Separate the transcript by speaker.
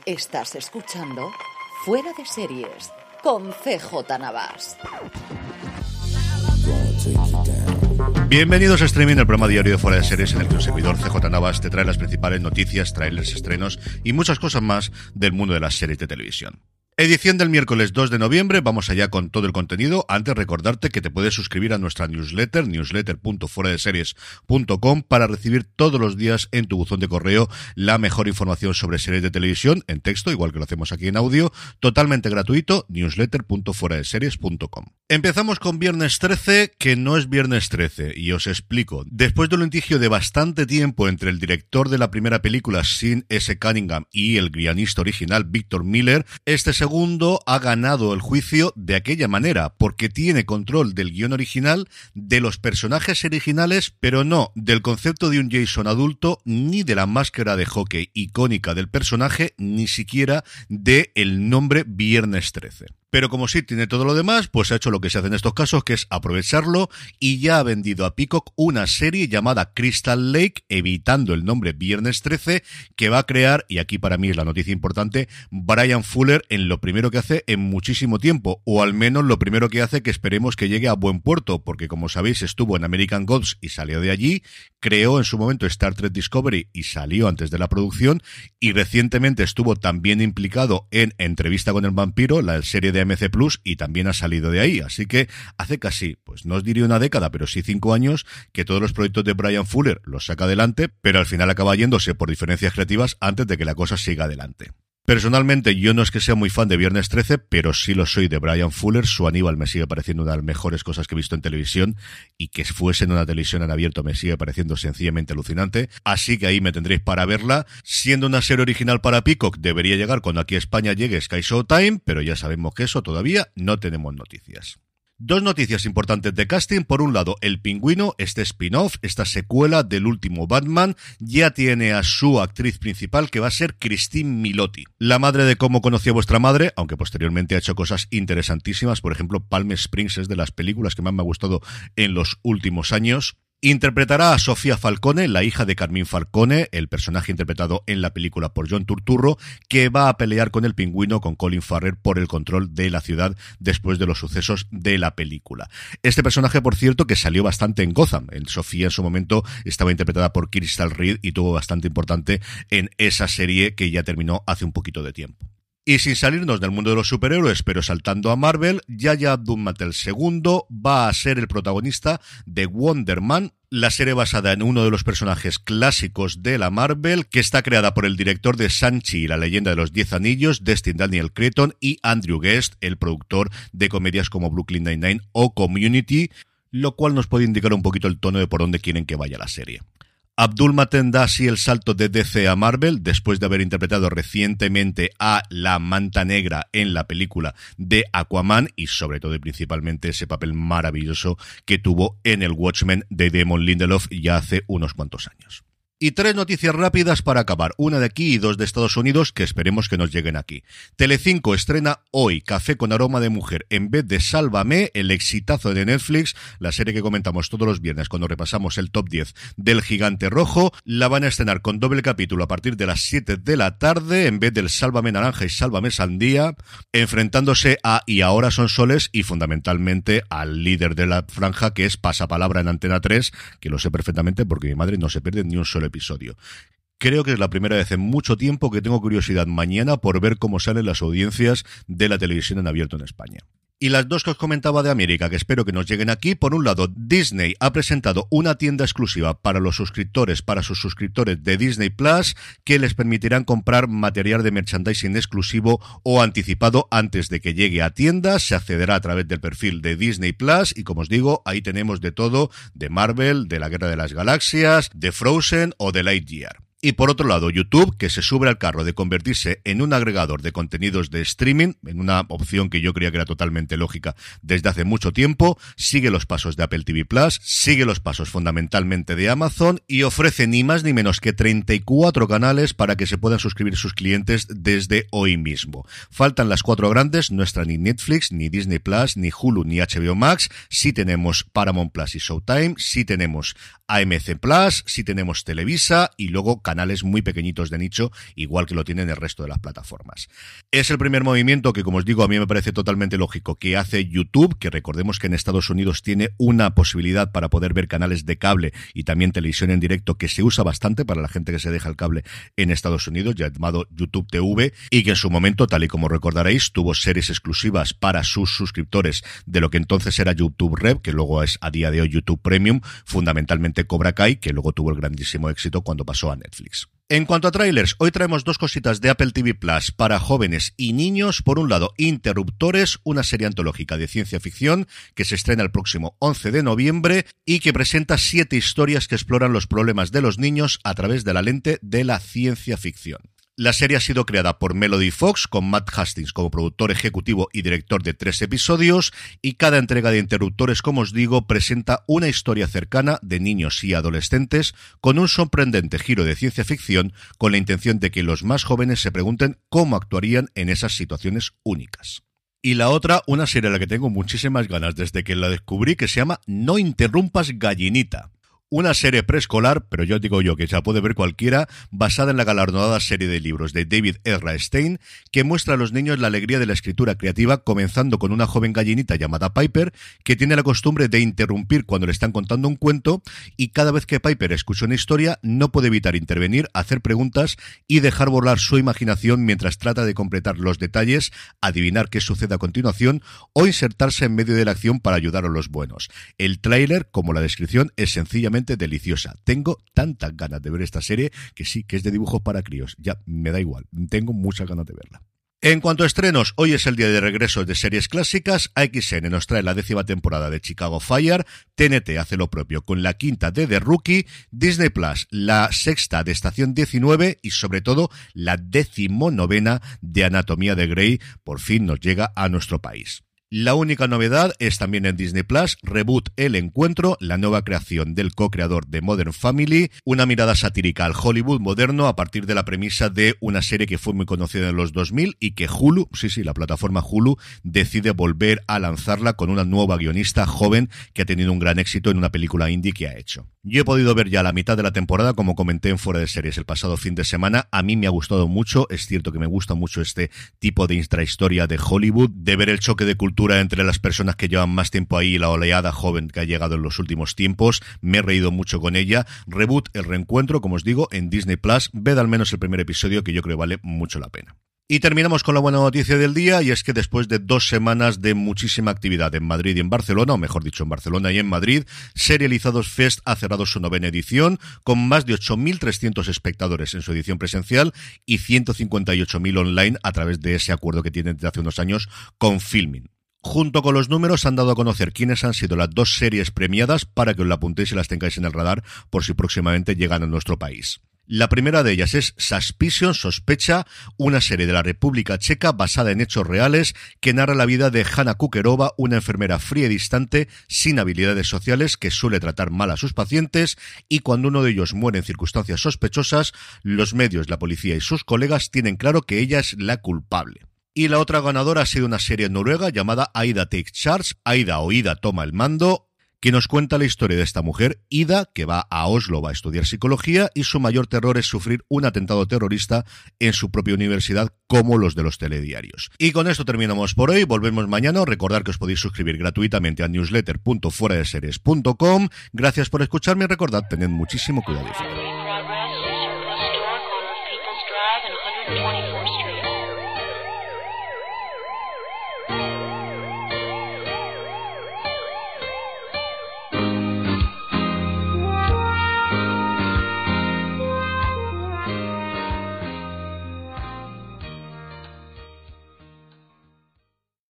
Speaker 1: Estás escuchando Fuera de Series con CJ Navas.
Speaker 2: Bienvenidos a Streaming, el programa diario de Fuera de Series en el que un servidor, CJ Navas, te trae las principales noticias, trailers, estrenos y muchas cosas más del mundo de las series de televisión. Edición del miércoles 2 de noviembre, vamos allá con todo el contenido. Antes recordarte que te puedes suscribir a nuestra newsletter, newsletter.fueradeseries.com, para recibir todos los días en tu buzón de correo la mejor información sobre series de televisión, en texto, igual que lo hacemos aquí en audio, totalmente gratuito, newsletter.fueradeseries.com. Empezamos con Viernes 13, que no es Viernes 13, y os explico. Después de un litigio de bastante tiempo entre el director de la primera película, Sean S. Cunningham, y el guionista original, Victor Miller, este segundo ha ganado el juicio de aquella manera, porque tiene control del guión original, de los personajes originales, pero no del concepto de un Jason adulto, ni de la máscara de hockey icónica del personaje, ni siquiera de el nombre Viernes 13. Pero como sí tiene todo lo demás, pues ha hecho lo que se hace en estos casos, que es aprovecharlo, y ya ha vendido a Peacock una serie llamada Crystal Lake, evitando el nombre Viernes 13, que va a crear, y aquí para mí es la noticia importante, Bryan Fuller en lo primero que hace en muchísimo tiempo, o al menos lo primero que hace que esperemos que llegue a buen puerto, porque como sabéis estuvo en American Gods y salió de allí, creó en su momento Star Trek Discovery y salió antes de la producción, y recientemente estuvo también implicado en Entrevista con el vampiro, la serie de AMC Plus, y también ha salido de ahí, así que hace casi, pues no os diría una década, pero sí 5 años que todos los proyectos de Bryan Fuller los saca adelante, pero al final acaba yéndose por diferencias creativas antes de que la cosa siga adelante. Personalmente, yo no es que sea muy fan de Viernes 13, pero sí lo soy de Bryan Fuller. Su Aníbal me sigue pareciendo una de las mejores cosas que he visto en televisión, y que fuese en una televisión en abierto me sigue pareciendo sencillamente alucinante. Así que ahí me tendréis para verla. Siendo una serie original para Peacock, debería llegar cuando aquí a España llegue Sky Showtime, pero ya sabemos que eso todavía no tenemos noticias. Dos noticias importantes de casting. Por un lado, El Pingüino, este spin-off, esta secuela del último Batman, ya tiene a su actriz principal, que va a ser Christine Milioti, la madre de Cómo conocí a vuestra madre, aunque posteriormente ha hecho cosas interesantísimas. Por ejemplo, Palm Springs es de las películas que más me ha gustado en los últimos años. Interpretará a Sofía Falcone, la hija de Carmine Falcone, el personaje interpretado en la película por John Turturro, que va a pelear con el Pingüino, con Colin Farrell, por el control de la ciudad después de los sucesos de la película. Este personaje, por cierto, que salió bastante en Gotham. Sofía en su momento estaba interpretada por Crystal Reed y tuvo bastante importante en esa serie que ya terminó hace un poquito de tiempo. Y sin salirnos del mundo de los superhéroes, pero saltando a Marvel, Yahya Abdul-Mateen II va a ser el protagonista de Wonder Man, la serie basada en uno de los personajes clásicos de la Marvel, que está creada por el director de Shang-Chi y la leyenda de los 10 anillos, Destin Daniel Cretton, y Andrew Guest, el productor de comedias como Brooklyn Nine-Nine o Community, lo cual nos puede indicar un poquito el tono de por dónde quieren que vaya la serie. Abdul-Mateen da así el salto de DC a Marvel, después de haber interpretado recientemente a la Manta Negra en la película de Aquaman, y sobre todo y principalmente ese papel maravilloso que tuvo en el Watchmen de Damon Lindelof ya hace unos cuantos años. Y tres noticias rápidas para acabar, una de aquí y dos de Estados Unidos, que esperemos que nos lleguen aquí. Telecinco estrena hoy Café con aroma de mujer en vez de Sálvame, el exitazo de Netflix, la serie que comentamos todos los viernes cuando repasamos el top 10 del Gigante Rojo. La van a estrenar con doble capítulo a partir de las 7 de la tarde, en vez del Sálvame Naranja y Sálvame Sandía, enfrentándose a Y ahora son soles y fundamentalmente al líder de la franja, que es Pasapalabra en Antena 3, que lo sé perfectamente porque mi madre no se pierde ni un solo episodio. Creo que es la primera vez en mucho tiempo que tengo curiosidad mañana por ver cómo salen las audiencias de la televisión en abierto en España. Y las dos que os comentaba de América, que espero que nos lleguen aquí. Por un lado, Disney ha presentado una tienda exclusiva para los suscriptores, para sus suscriptores de Disney Plus, que les permitirán comprar material de merchandising exclusivo o anticipado antes de que llegue a tiendas. Se accederá a través del perfil de Disney Plus y, como os digo, ahí tenemos de todo, de Marvel, de la Guerra de las Galaxias, de Frozen o de Lightyear. Y por otro lado, YouTube, que se sube al carro de convertirse en un agregador de contenidos de streaming, en una opción que yo creía que era totalmente lógica desde hace mucho tiempo, sigue los pasos de Apple TV Plus, sigue los pasos fundamentalmente de Amazon y ofrece ni más ni menos que 34 canales para que se puedan suscribir sus clientes desde hoy mismo. Faltan las 4 grandes, no está ni Netflix, ni Disney Plus, ni Hulu, ni HBO Max. Sí tenemos Paramount Plus y Showtime, sí tenemos AMC Plus, sí tenemos Televisa y luego canales muy pequeñitos de nicho, igual que lo tienen el resto de las plataformas. Es el primer movimiento que, como os digo, a mí me parece totalmente lógico que hace YouTube, que recordemos que en Estados Unidos tiene una posibilidad para poder ver canales de cable y también televisión en directo que se usa bastante para la gente que se deja el cable en Estados Unidos, llamado YouTube TV, y que en su momento, tal y como recordaréis, tuvo series exclusivas para sus suscriptores de lo que entonces era YouTube Red, que luego es a día de hoy YouTube Premium, fundamentalmente Cobra Kai, que luego tuvo el grandísimo éxito cuando pasó a Netflix. En cuanto a trailers, hoy traemos dos cositas de Apple TV Plus para jóvenes y niños. Por un lado, Interruptores, una serie antológica de ciencia ficción que se estrena el próximo 11 de noviembre y que presenta 7 historias que exploran los problemas de los niños a través de la lente de la ciencia ficción. La serie ha sido creada por Melody Fox, con Matt Hastings como productor ejecutivo y director de 3 episodios, y cada entrega de Interruptores, como os digo, presenta una historia cercana de niños y adolescentes con un sorprendente giro de ciencia ficción, con la intención de que los más jóvenes se pregunten cómo actuarían en esas situaciones únicas. Y la otra, una serie a la que tengo muchísimas ganas desde que la descubrí, que se llama No interrumpas gallinita. Una serie preescolar, pero yo digo yo que se la puede ver cualquiera, basada en la galardonada serie de libros de David R. Stein, que muestra a los niños la alegría de la escritura creativa, comenzando con una joven gallinita llamada Piper, que tiene la costumbre de interrumpir cuando le están contando un cuento, y cada vez que Piper escucha una historia, no puede evitar intervenir, hacer preguntas y dejar volar su imaginación mientras trata de completar los detalles, adivinar qué sucede a continuación o insertarse en medio de la acción para ayudar a los buenos. El tráiler, como la descripción, es sencillamente deliciosa. Tengo tantas ganas de ver esta serie que sí, que es de dibujos para críos. Ya, me da igual. Tengo muchas ganas de verla. En cuanto a estrenos, hoy es el día de regreso de series clásicas. AXN nos trae la 10ª temporada de Chicago Fire, TNT hace lo propio con la 5ª de The Rookie, Disney Plus la 6ª de Estación 19 y sobre todo la 19ª de Anatomía de Grey por fin nos llega a nuestro país. La única novedad es también en Disney Plus, Reboot El Encuentro, la nueva creación del co-creador de Modern Family, una mirada satírica al Hollywood moderno a partir de la premisa de una serie que fue muy conocida en los 2000 y que Hulu, la plataforma Hulu, decide volver a lanzarla con una nueva guionista joven que ha tenido un gran éxito en una película indie que ha hecho. Yo he podido ver ya la mitad de la temporada, como comenté en Fuera de Series el pasado fin de semana. A mí me ha gustado mucho, es cierto que me gusta mucho este tipo de intrahistoria de Hollywood, de ver el choque de cultura entre las personas que llevan más tiempo ahí y la oleada joven que ha llegado en los últimos tiempos. Me he reído mucho con ella. Reboot, El Reencuentro, como os digo, en Disney Plus. Ved al menos el primer episodio, que yo creo que vale mucho la pena. Y terminamos con la buena noticia del día, y es que después de 2 semanas de muchísima actividad en Madrid y en Barcelona, o mejor dicho, en Barcelona y en Madrid, Serializados Fest ha cerrado su 9ª edición, con más de 8.300 espectadores en su edición presencial y 158.000 online a través de ese acuerdo que tienen desde hace unos años con Filmin. Junto con los números han dado a conocer quiénes han sido las 2 series premiadas para que os la apuntéis y las tengáis en el radar por si próximamente llegan a nuestro país. La primera de ellas es Suspicion, Sospecha, una serie de la República Checa basada en hechos reales que narra la vida de Hanna Kukerova, una enfermera fría y distante, sin habilidades sociales, que suele tratar mal a sus pacientes, y cuando uno de ellos muere en circunstancias sospechosas, los medios, la policía y sus colegas tienen claro que ella es la culpable. Y la otra ganadora ha sido una serie noruega llamada Ida Takes Charge, Ida o Ida toma el mando, que nos cuenta la historia de esta mujer, Ida, que va a Oslo a estudiar psicología y su mayor terror es sufrir un atentado terrorista en su propia universidad, como los de los telediarios. Y con esto terminamos por hoy, volvemos mañana. Recordad que os podéis suscribir gratuitamente a newsletter.fueradeseries.com. Gracias por escucharme y recordad, tened muchísimo cuidado.